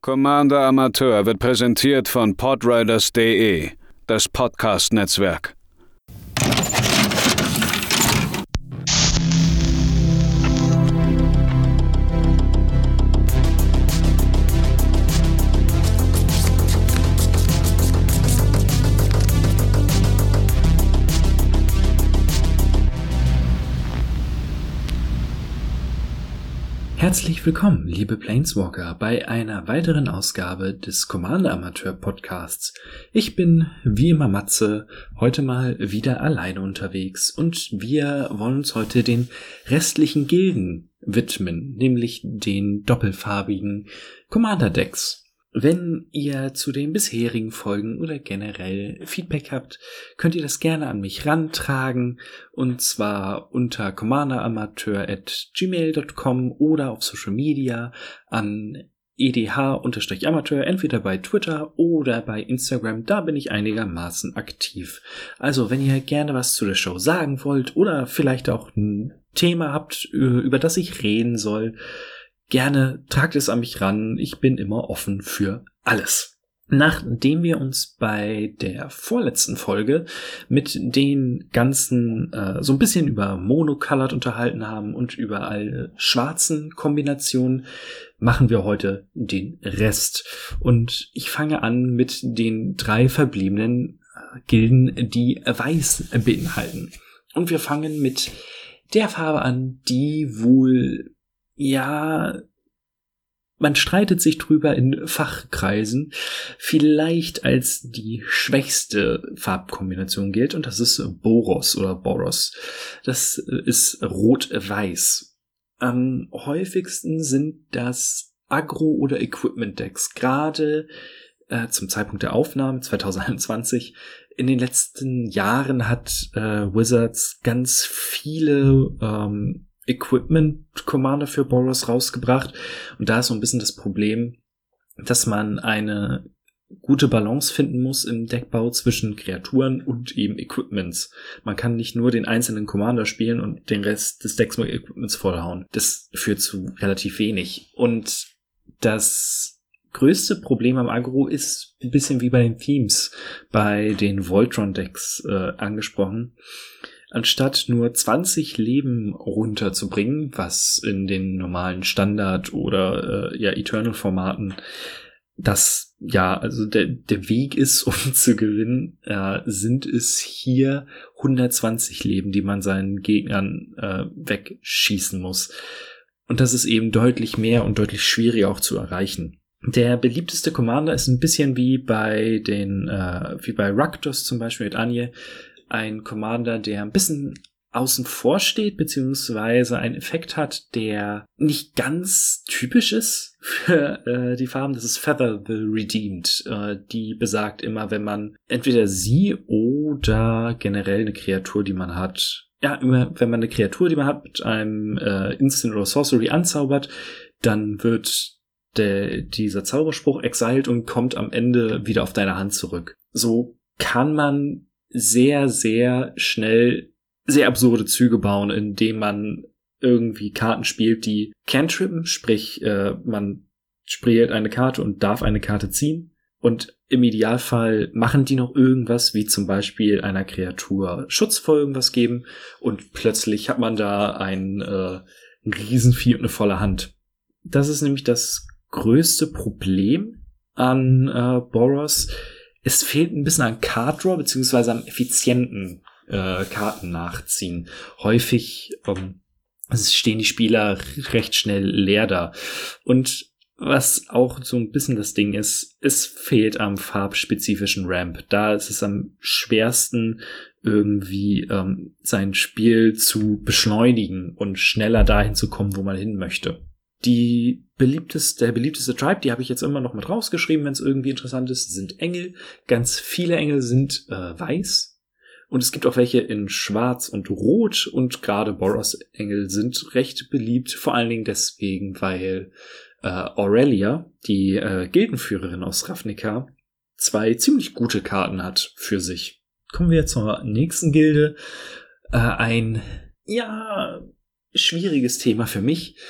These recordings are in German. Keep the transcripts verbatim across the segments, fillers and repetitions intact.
Commander Amateur wird präsentiert von Podriders punkt de, das Podcast-Netzwerk. Herzlich willkommen, liebe Planeswalker, bei einer weiteren Ausgabe des Commander Amateur Podcasts. Ich bin, wie immer Matze, heute mal wieder alleine unterwegs und wir wollen uns heute den restlichen Gilden widmen, nämlich den doppelfarbigen Commander Decks. Wenn ihr zu den bisherigen Folgen oder generell Feedback habt, könnt ihr das gerne an mich rantragen, und zwar unter commanderamateur at gmail dot com oder auf Social Media an edh-amateur, entweder bei Twitter oder bei Instagram, da bin ich einigermaßen aktiv. Also wenn ihr gerne was zu der Show sagen wollt oder vielleicht auch ein Thema habt, über das ich reden soll, gerne tragt es an mich ran, ich bin immer offen für alles. Nachdem wir uns bei der vorletzten Folge mit den ganzen äh, so ein bisschen über Monocolored unterhalten haben und über alle schwarzen Kombinationen, machen wir heute den Rest. Und ich fange an mit den drei verbliebenen äh, Gilden, die weiß beinhalten. Und wir fangen mit der Farbe an, die wohl Ja, man streitet sich drüber in Fachkreisen, vielleicht als die schwächste Farbkombination gilt, und das ist Boros oder Boros. Das ist Rot-Weiß. Am häufigsten sind das Agro- oder Equipment-Decks, gerade äh, zum Zeitpunkt der Aufnahme zwanzig einundzwanzig. In den letzten Jahren hat äh, Wizards ganz viele ähm, Equipment-Commander für Boros rausgebracht. Und da ist so ein bisschen das Problem, dass man eine gute Balance finden muss im Deckbau zwischen Kreaturen und eben Equipments. Man kann nicht nur den einzelnen Commander spielen und den Rest des Decks mit Equipments vollhauen. Das führt zu relativ wenig. Und das größte Problem am Agro ist ein bisschen wie bei den Themes, bei den Voltron-Decks äh, angesprochen. Anstatt nur zwanzig Leben runterzubringen, was in den normalen Standard- oder äh, ja Eternal-Formaten das ja also der der Weg ist, um zu gewinnen, äh, sind es hier hundertzwanzig Leben, die man seinen Gegnern äh, wegschießen muss. Und das ist eben deutlich mehr und deutlich schwieriger auch zu erreichen. Der beliebteste Commander ist ein bisschen wie bei den äh, wie bei Rakdos zum Beispiel mit Anje. Ein Commander, der ein bisschen außen vor steht, beziehungsweise einen Effekt hat, der nicht ganz typisch ist für äh, die Farben. Das ist Feather the Redeemed. Äh, die besagt immer, wenn man entweder sie oder generell eine Kreatur, die man hat, ja, immer, wenn man eine Kreatur, die man hat, mit einem äh, Instant oder Sorcery anzaubert, dann wird der, dieser Zauberspruch exiled und kommt am Ende wieder auf deine Hand zurück. So kann man sehr, sehr schnell sehr absurde Züge bauen, indem man irgendwie Karten spielt, die cantrippen, sprich, äh, man spielt eine Karte und darf eine Karte ziehen, und im Idealfall machen die noch irgendwas, wie zum Beispiel einer Kreatur Schutz vor irgendwas geben, und plötzlich hat man da ein, äh, ein Riesenvieh und eine volle Hand. Das ist nämlich das größte Problem an äh, Boros. Es fehlt ein bisschen an Card Draw, beziehungsweise am effizienten äh, Karten nachziehen. Häufig ähm, stehen die Spieler recht schnell leer da. Und was auch so ein bisschen das Ding ist, es fehlt am farbspezifischen Ramp. Da ist es am schwersten, irgendwie ähm, sein Spiel zu beschleunigen und schneller dahin zu kommen, wo man hin möchte. Die beliebteste, der beliebteste Tribe, die habe ich jetzt immer noch mit rausgeschrieben, wenn es irgendwie interessant ist, sind Engel. Ganz viele Engel sind äh, weiß. Und es gibt auch welche in schwarz und rot. Und gerade Boros-Engel sind recht beliebt. Vor allen Dingen deswegen, weil äh, Aurelia, die äh, Gildenführerin aus Ravnica, zwei ziemlich gute Karten hat für sich. Kommen wir zur nächsten Gilde. Äh, ein, ja, schwieriges Thema für mich.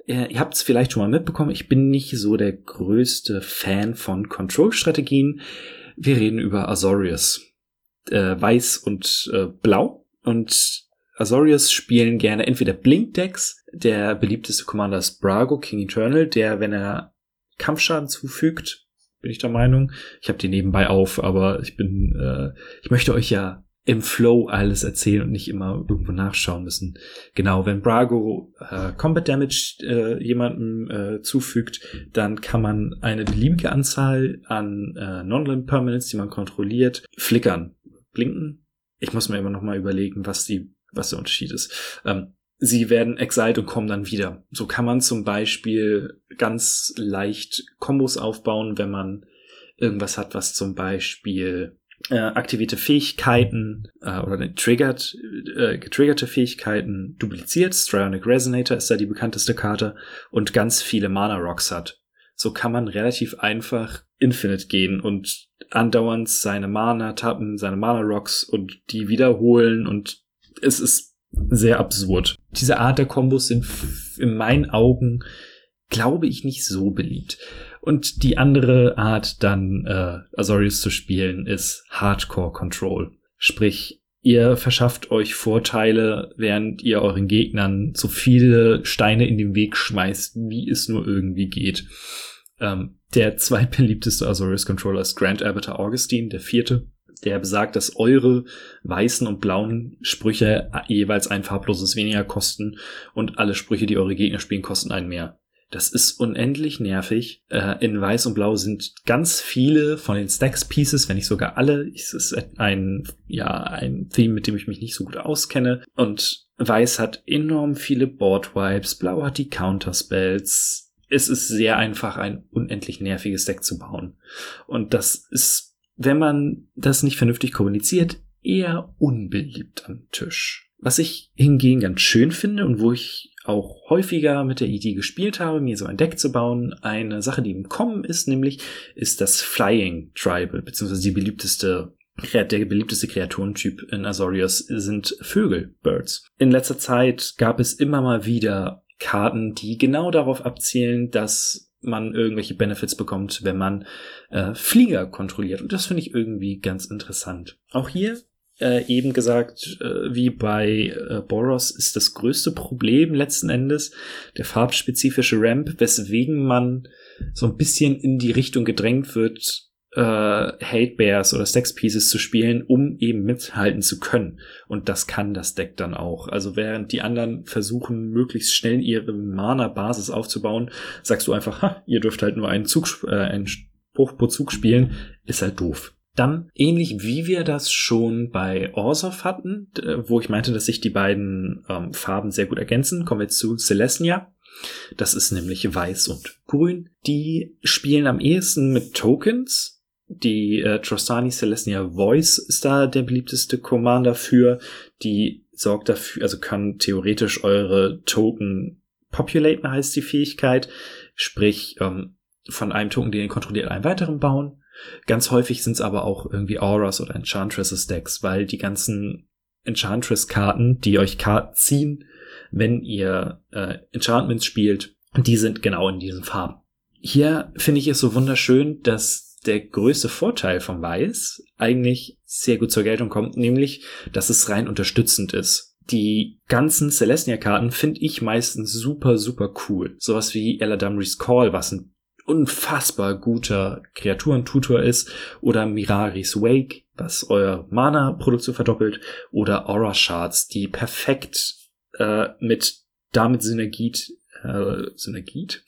Äh, ihr habt es vielleicht schon mal mitbekommen, ich bin nicht so der größte Fan von Control-Strategien. Wir reden über Azorius. Äh, weiß und äh, blau. Und Azorius spielen gerne entweder Blink-Decks. Der beliebteste Commander ist Brago, King Eternal, der, wenn er Kampfschaden zufügt, bin ich der Meinung. Ich habe die nebenbei auf, aber ich bin, äh, ich möchte euch ja im Flow alles erzählen und nicht immer irgendwo nachschauen müssen. Genau, wenn Brago äh, Combat Damage äh, jemandem äh, zufügt, dann kann man eine beliebige Anzahl an äh, Non-Land Permanents, die man kontrolliert, flickern, blinken. Ich muss mir immer noch mal überlegen, was die, was der Unterschied ist. Ähm, sie werden exiled und kommen dann wieder. So kann man zum Beispiel ganz leicht Kombos aufbauen, wenn man irgendwas hat, was zum Beispiel Äh, aktivierte Fähigkeiten äh, oder triggert, äh, getriggerte Fähigkeiten dupliziert. Strionic Resonator ist da die bekannteste Karte und ganz viele Mana-Rocks hat. So kann man relativ einfach Infinite gehen und andauernd seine Mana tappen, seine Mana-Rocks und die wiederholen und es ist sehr absurd. Diese Art der Kombos sind f- in meinen Augen, glaube ich, nicht so beliebt. Und die andere Art, dann äh, Azorius zu spielen, ist Hardcore Control. Sprich, ihr verschafft euch Vorteile, während ihr euren Gegnern so viele Steine in den Weg schmeißt, wie es nur irgendwie geht. Ähm, der zweitbeliebteste Azorius-Controller ist Grand Arbiter Augustine, der vierte. Der besagt, dass eure weißen und blauen Sprüche jeweils ein farbloses weniger kosten und alle Sprüche, die eure Gegner spielen, kosten einen mehr. Das ist unendlich nervig. Äh, in Weiß und Blau sind ganz viele von den Stacks-Pieces, wenn nicht sogar alle. Es ist ein, ja, ein Theme, mit dem ich mich nicht so gut auskenne. Und Weiß hat enorm viele Board-Wipes. Blau hat die Counter-Spells. Es ist sehr einfach, ein unendlich nerviges Deck zu bauen. Und das ist, wenn man das nicht vernünftig kommuniziert, eher unbeliebt am Tisch. Was ich hingegen ganz schön finde und wo ich auch häufiger mit der Idee gespielt habe, mir so ein Deck zu bauen, eine Sache, die im Kommen ist, nämlich ist das Flying Tribal, beziehungsweise die beliebteste, der beliebteste Kreaturentyp in Azorius sind Vögel, Birds. In letzter Zeit gab es immer mal wieder Karten, die genau darauf abzielen, dass man irgendwelche Benefits bekommt, wenn man äh, Flieger kontrolliert. Und das finde ich irgendwie ganz interessant. Auch hier Äh, eben gesagt, äh, wie bei äh, Boros ist das größte Problem letzten Endes der farbspezifische Ramp, weswegen man so ein bisschen in die Richtung gedrängt wird, äh, Hate Bears oder Stacks Pieces zu spielen, um eben mithalten zu können. Und das kann das Deck dann auch. Also während die anderen versuchen, möglichst schnell ihre Mana-Basis aufzubauen, sagst du einfach, ha, ihr dürft halt nur einen Zug, äh, einen Spruch pro Zug spielen, ist halt doof. Dann, ähnlich wie wir das schon bei Orzhov hatten, wo ich meinte, dass sich die beiden ähm, Farben sehr gut ergänzen, kommen wir zu Selesnya. Das ist nämlich Weiß und Grün. Die spielen am ehesten mit Tokens. Die äh, Trostani Selesnya Voice ist da der beliebteste Commander für. Die sorgt dafür, also kann theoretisch eure Token populaten, heißt die Fähigkeit. Sprich, ähm, von einem Token, den ihr kontrolliert, einen weiteren bauen. Ganz häufig sind es aber auch irgendwie Auras oder Enchantress-Decks, weil die ganzen Enchantress-Karten, die euch Karten ziehen, wenn ihr äh, Enchantments spielt, die sind genau in diesen Farben. Hier finde ich es so wunderschön, dass der größte Vorteil von Weiß eigentlich sehr gut zur Geltung kommt, nämlich, dass es rein unterstützend ist. Die ganzen Selesnya-Karten finde ich meistens super, super cool. Sowas wie Eladamri's Call, was ein unfassbar guter Kreaturentutor ist, oder Mirari's Wake, was euer Mana-Produktion verdoppelt, oder Aura Shards, die perfekt äh, mit damit synergiert, äh, synergiert,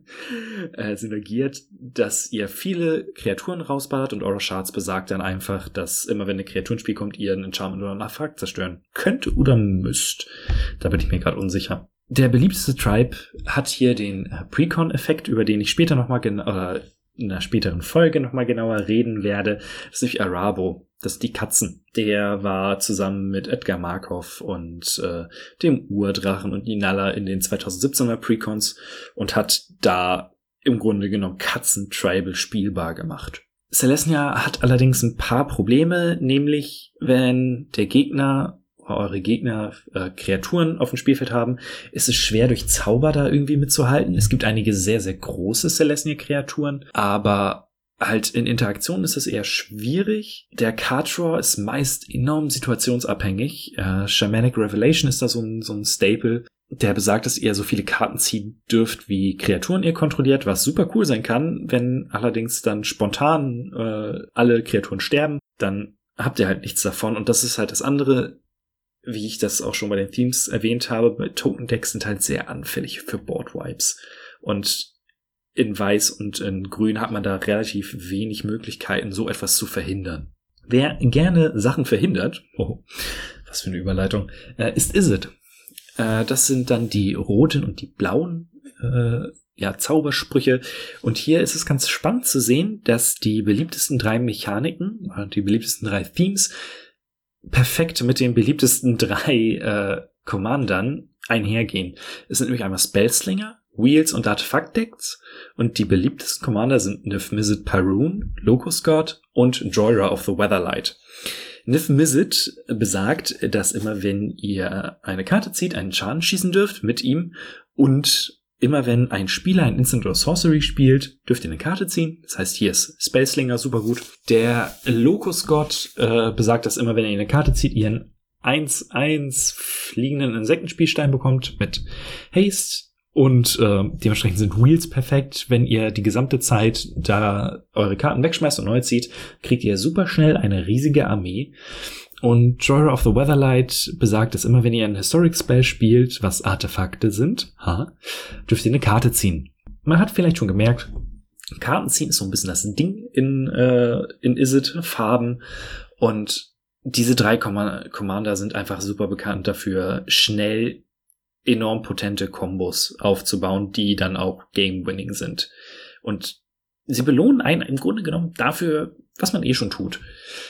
äh, synergiert, dass ihr viele Kreaturen rausballert, und Aura Shards besagt dann einfach, dass immer wenn eine Kreatur ins Spiel kommt, ihr ein Enchantment oder einen Artefakt zerstören könnt oder müsst. Da bin ich mir gerade unsicher. Der beliebteste Tribe hat hier den äh, Precon-Effekt, über den ich später nochmal genau, oder in einer späteren Folge nochmal genauer reden werde. Das ist nämlich Arabo. Das sind die Katzen. Der war zusammen mit Edgar Markov und äh, dem Urdrachen und Inalla in den zweitausendsiebzehner Precons und hat da im Grunde genommen Katzen-Tribal spielbar gemacht. Selesnya hat allerdings ein paar Probleme, nämlich wenn der Gegner eure Gegner äh, Kreaturen auf dem Spielfeld haben, ist es schwer, durch Zauber da irgendwie mitzuhalten. Es gibt einige sehr, sehr große Selesnya-Kreaturen, aber halt in Interaktion ist es eher schwierig. Der Card Draw ist meist enorm situationsabhängig. Äh, Shamanic Revelation ist da so ein, so ein Staple, der besagt, dass ihr so viele Karten ziehen dürft, wie Kreaturen ihr kontrolliert, was super cool sein kann. Wenn allerdings dann spontan äh, alle Kreaturen sterben, dann habt ihr halt nichts davon. Und das ist halt das andere, wie ich das auch schon bei den Themes erwähnt habe, bei Token-Decks sind halt sehr anfällig für Board-Wipes. Und in Weiß und in Grün hat man da relativ wenig Möglichkeiten, so etwas zu verhindern. Wer gerne Sachen verhindert, oh, was für eine Überleitung, äh, ist Izzet. Äh, das sind dann die roten und die blauen äh, ja, Zaubersprüche. Und hier ist es ganz spannend zu sehen, dass die beliebtesten drei Mechaniken, die beliebtesten drei Themes perfekt mit den beliebtesten drei äh, Commandern einhergehen. Es sind nämlich einmal Spellslinger, Wheels und Artefakt-Decks. Und die beliebtesten Commander sind Niv-Mizzet Parun, Locust God und Jorah of the Weatherlight. Niv-Mizzet besagt, dass immer wenn ihr eine Karte zieht, einen Schaden schießen dürft mit ihm und immer wenn ein Spieler ein Instant oder Sorcery spielt, dürft ihr eine Karte ziehen. Das heißt, hier ist Spellslinger super gut. Der Locust God äh, besagt, dass immer wenn ihr eine Karte zieht, ihr einen eins eins fliegenden Insektenspielstein bekommt mit Haste. Und äh, dementsprechend sind Wheels perfekt. Wenn ihr die gesamte Zeit da eure Karten wegschmeißt und neu zieht, kriegt ihr super schnell eine riesige Armee. Und Jorah of the Weatherlight besagt, dass immer wenn ihr einen Historic Spell spielt, was Artefakte sind, ha, dürft ihr eine Karte ziehen. Man hat vielleicht schon gemerkt, Karten ziehen ist so ein bisschen das Ding in, äh, in Izzet, Farben. Und diese drei Comm- Commander sind einfach super bekannt dafür, schnell enorm potente Kombos aufzubauen, die dann auch Game-Winning sind. Und sie belohnen einen im Grunde genommen dafür, was man eh schon tut.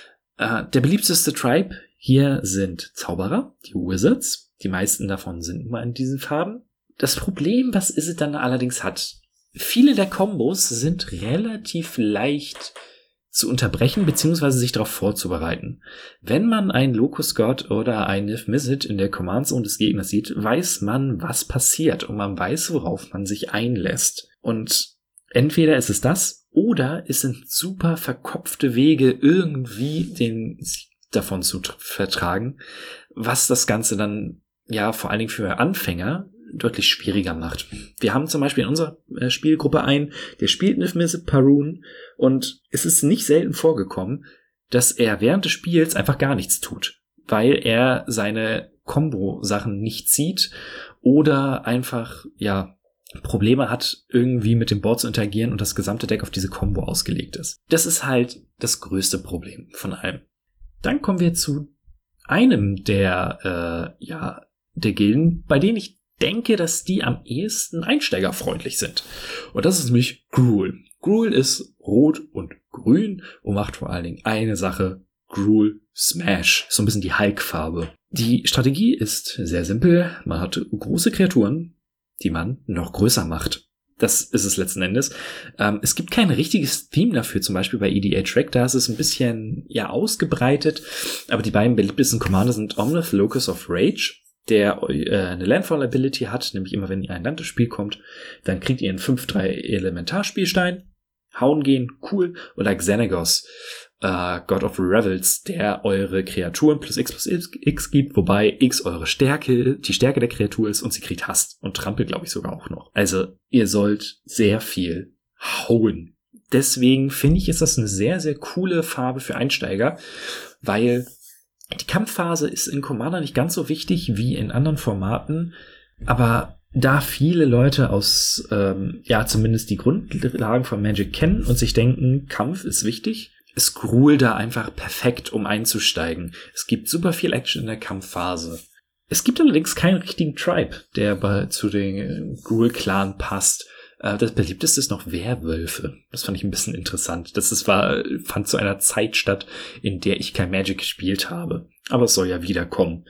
Uh, der beliebteste Tribe hier sind Zauberer, die Wizards. Die meisten davon sind immer in diesen Farben. Das Problem, was Izzet dann allerdings hat, viele der Kombos sind relativ leicht zu unterbrechen, beziehungsweise sich darauf vorzubereiten. Wenn man einen Locust God oder einen Niv-Mizzet in der Command Zone des Gegners sieht, weiß man, was passiert und man weiß, worauf man sich einlässt. Und entweder ist es das, oder es sind super verkopfte Wege, irgendwie den Sieg davon zu tr- vertragen, was das Ganze dann ja vor allen Dingen für Anfänger deutlich schwieriger macht. Wir haben zum Beispiel in unserer äh, Spielgruppe einen, der spielt Niv-Mizzet Parun und es ist nicht selten vorgekommen, dass er während des Spiels einfach gar nichts tut, weil er seine Combo-Sachen nicht sieht oder einfach, ja, Probleme hat, irgendwie mit dem Board zu interagieren und das gesamte Deck auf diese Combo ausgelegt ist. Das ist halt das größte Problem von allem. Dann kommen wir zu einem der, äh, ja, der Gilden, bei denen ich denke, dass die am ehesten einsteigerfreundlich sind. Und das ist nämlich Gruul. Gruul ist rot und grün und macht vor allen Dingen eine Sache: Gruul Smash. So ein bisschen die Hulk-Farbe. Die Strategie ist sehr simpel. Man hat große Kreaturen, die man noch größer macht. Das ist es letzten Endes. Ähm, es gibt kein richtiges Theme dafür, zum Beispiel bei E D H Rec, da ist es ein bisschen ja ausgebreitet, aber die beiden beliebtesten Commander sind Omnath, Locus of Rage, der äh, eine Landfall-Ability hat, nämlich immer wenn ihr ein Land ins Spiel kommt, dann kriegt ihr einen fünf drei Elementarspielstein, hauen gehen, cool, oder Xenagos, Uh, God of Revels, der eure Kreaturen plus X plus X gibt, wobei X eure Stärke, die Stärke der Kreatur ist und sie kriegt Hast und trampelt, glaube ich, sogar auch noch. Also ihr sollt sehr viel hauen. Deswegen finde ich, ist das eine sehr, sehr coole Farbe für Einsteiger, weil die Kampfphase ist in Commander nicht ganz so wichtig wie in anderen Formaten, aber da viele Leute aus, ähm, ja, zumindest die Grundlagen von Magic kennen und sich denken, Kampf ist wichtig, ist Gruul da einfach perfekt, um einzusteigen. Es gibt super viel Action in der Kampfphase. Es gibt allerdings keinen richtigen Tribe, der bei, zu den Gruul-Clan passt. Äh, das beliebteste ist noch Werwölfe. Das fand ich ein bisschen interessant. Das ist, war, fand zu einer Zeit statt, in der ich kein Magic gespielt habe. Aber es soll ja wiederkommen.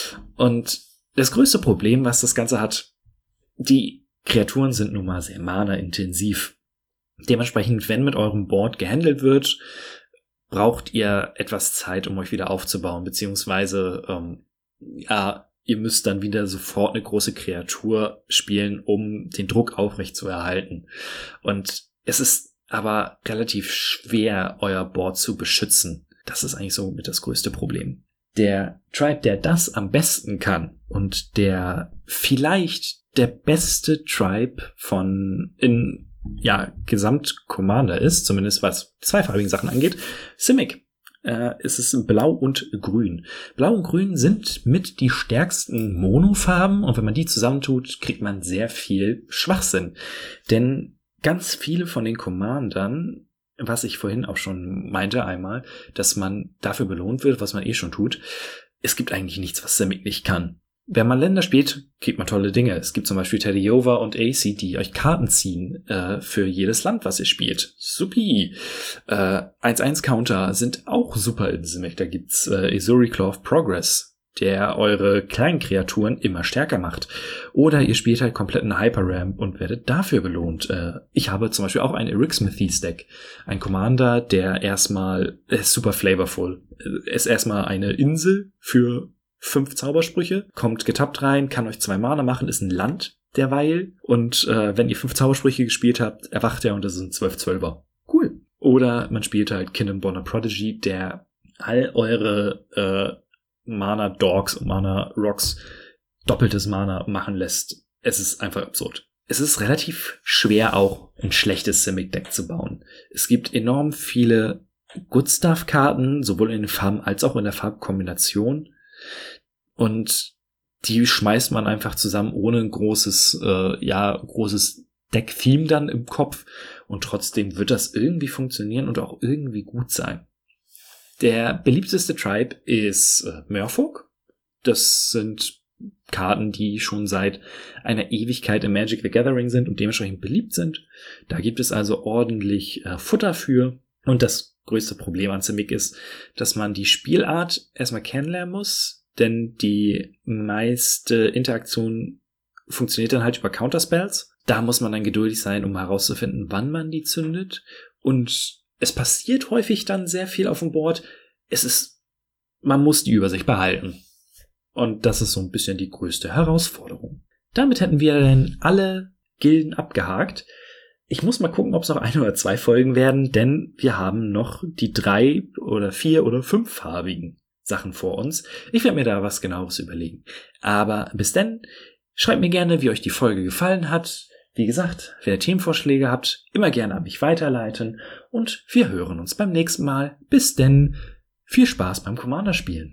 Und das größte Problem, was das Ganze hat, die Kreaturen sind nun mal sehr mana-intensiv. Dementsprechend, wenn mit eurem Board gehandelt wird, braucht ihr etwas Zeit, um euch wieder aufzubauen, beziehungsweise ähm, ja, ihr müsst dann wieder sofort eine große Kreatur spielen, um den Druck aufrecht zu erhalten. Und es ist aber relativ schwer, euer Board zu beschützen. Das ist eigentlich so mit das größte Problem. Der Tribe, der das am besten kann und der vielleicht der beste Tribe von in ja Gesamt-Commander ist, zumindest was zweifarbigen Sachen angeht, Simic. Äh, es ist blau und grün. Blau und grün sind mit die stärksten Monofarben und wenn man die zusammentut, kriegt man sehr viel Schwachsinn. Denn ganz viele von den Commandern, was ich vorhin auch schon meinte einmal, dass man dafür belohnt wird, was man eh schon tut. Es gibt eigentlich nichts, was Simic nicht kann. Wenn man Länder spielt, kriegt man tolle Dinge. Es gibt zum Beispiel Teddyova und A C, die euch Karten ziehen äh, für jedes Land, was ihr spielt. Supi! Äh, eins eins Counter sind auch super in Simic. Da gibt's äh, Ezuri Claw of Progress, der eure kleinen Kreaturen immer stärker macht. Oder ihr spielt halt kompletten Hyperramp und werdet dafür belohnt. Äh, ich habe zum Beispiel auch ein Erixmithy's Deck. Ein Commander, der erstmal, äh, ist super flavorful. Äh, ist erstmal eine Insel für fünf Zaubersprüche, kommt getappt rein, kann euch zwei Mana machen, ist ein Land derweil. Und äh, wenn ihr fünf Zaubersprüche gespielt habt, erwacht er und das ist ein zwölf zwölfer. Cool. Oder man spielt halt Kindenborner Prodigy, der all eure äh, Mana Dogs und Mana Rocks doppeltes Mana machen lässt. Es ist einfach absurd. Es ist relativ schwer auch ein schlechtes Simic Deck zu bauen. Es gibt enorm viele Good Stuff Karten, sowohl in den Farben als auch in der Farbkombination. Und die schmeißt man einfach zusammen ohne ein großes, äh, ja, großes Deck-Theme dann im Kopf. Und trotzdem wird das irgendwie funktionieren und auch irgendwie gut sein. Der beliebteste Tribe ist äh, Merfolk. Das sind Karten, die schon seit einer Ewigkeit im Magic the Gathering sind und dementsprechend beliebt sind. Da gibt es also ordentlich äh, Futter für. Und das größte Problem an Simic ist, dass man die Spielart erstmal kennenlernen muss, denn die meiste Interaktion funktioniert dann halt über Counterspells. Da muss man dann geduldig sein, um herauszufinden, wann man die zündet. Und es passiert häufig dann sehr viel auf dem Board. Es ist, man muss die Übersicht behalten. Und das ist so ein bisschen die größte Herausforderung. Damit hätten wir dann alle Gilden abgehakt. Ich muss mal gucken, ob es noch ein oder zwei Folgen werden, denn wir haben noch die drei oder vier oder fünffarbigen Sachen vor uns. Ich werde mir da was Genaues überlegen. Aber bis dann, schreibt mir gerne, wie euch die Folge gefallen hat. Wie gesagt, wenn ihr Themenvorschläge habt, immer gerne an mich weiterleiten und wir hören uns beim nächsten Mal. Bis denn, viel Spaß beim Commander-Spielen.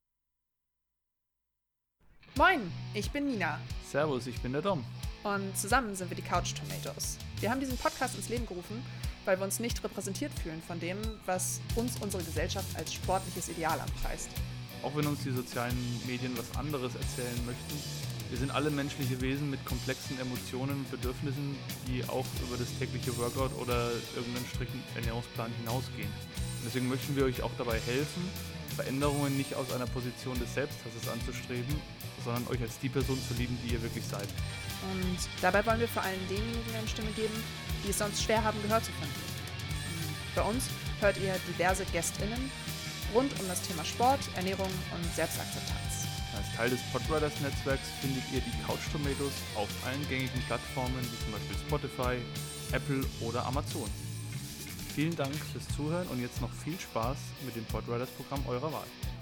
Moin, ich bin Nina. Servus, ich bin der Dom. Und zusammen sind wir die Couch Tomatoes. Wir haben diesen Podcast ins Leben gerufen, weil wir uns nicht repräsentiert fühlen von dem, was uns unsere Gesellschaft als sportliches Ideal anpreist. Auch wenn uns die sozialen Medien was anderes erzählen möchten, wir sind alle menschliche Wesen mit komplexen Emotionen und Bedürfnissen, die auch über das tägliche Workout oder irgendeinen strikten Ernährungsplan hinausgehen. Und deswegen möchten wir euch auch dabei helfen, Veränderungen nicht aus einer Position des Selbsthasses anzustreben, sondern euch als die Person zu lieben, die ihr wirklich seid. Und dabei wollen wir vor allem denjenigen eine Stimme geben, die es sonst schwer haben, Gehör zu finden. Bei uns hört ihr diverse GästInnen rund um das Thema Sport, Ernährung und Selbstakzeptanz. Als Teil des Podriders-Netzwerks findet ihr die Couch Tomatoes auf allen gängigen Plattformen wie zum Beispiel Spotify, Apple oder Amazon. Vielen Dank fürs Zuhören und jetzt noch viel Spaß mit dem Podriders-Programm eurer Wahl.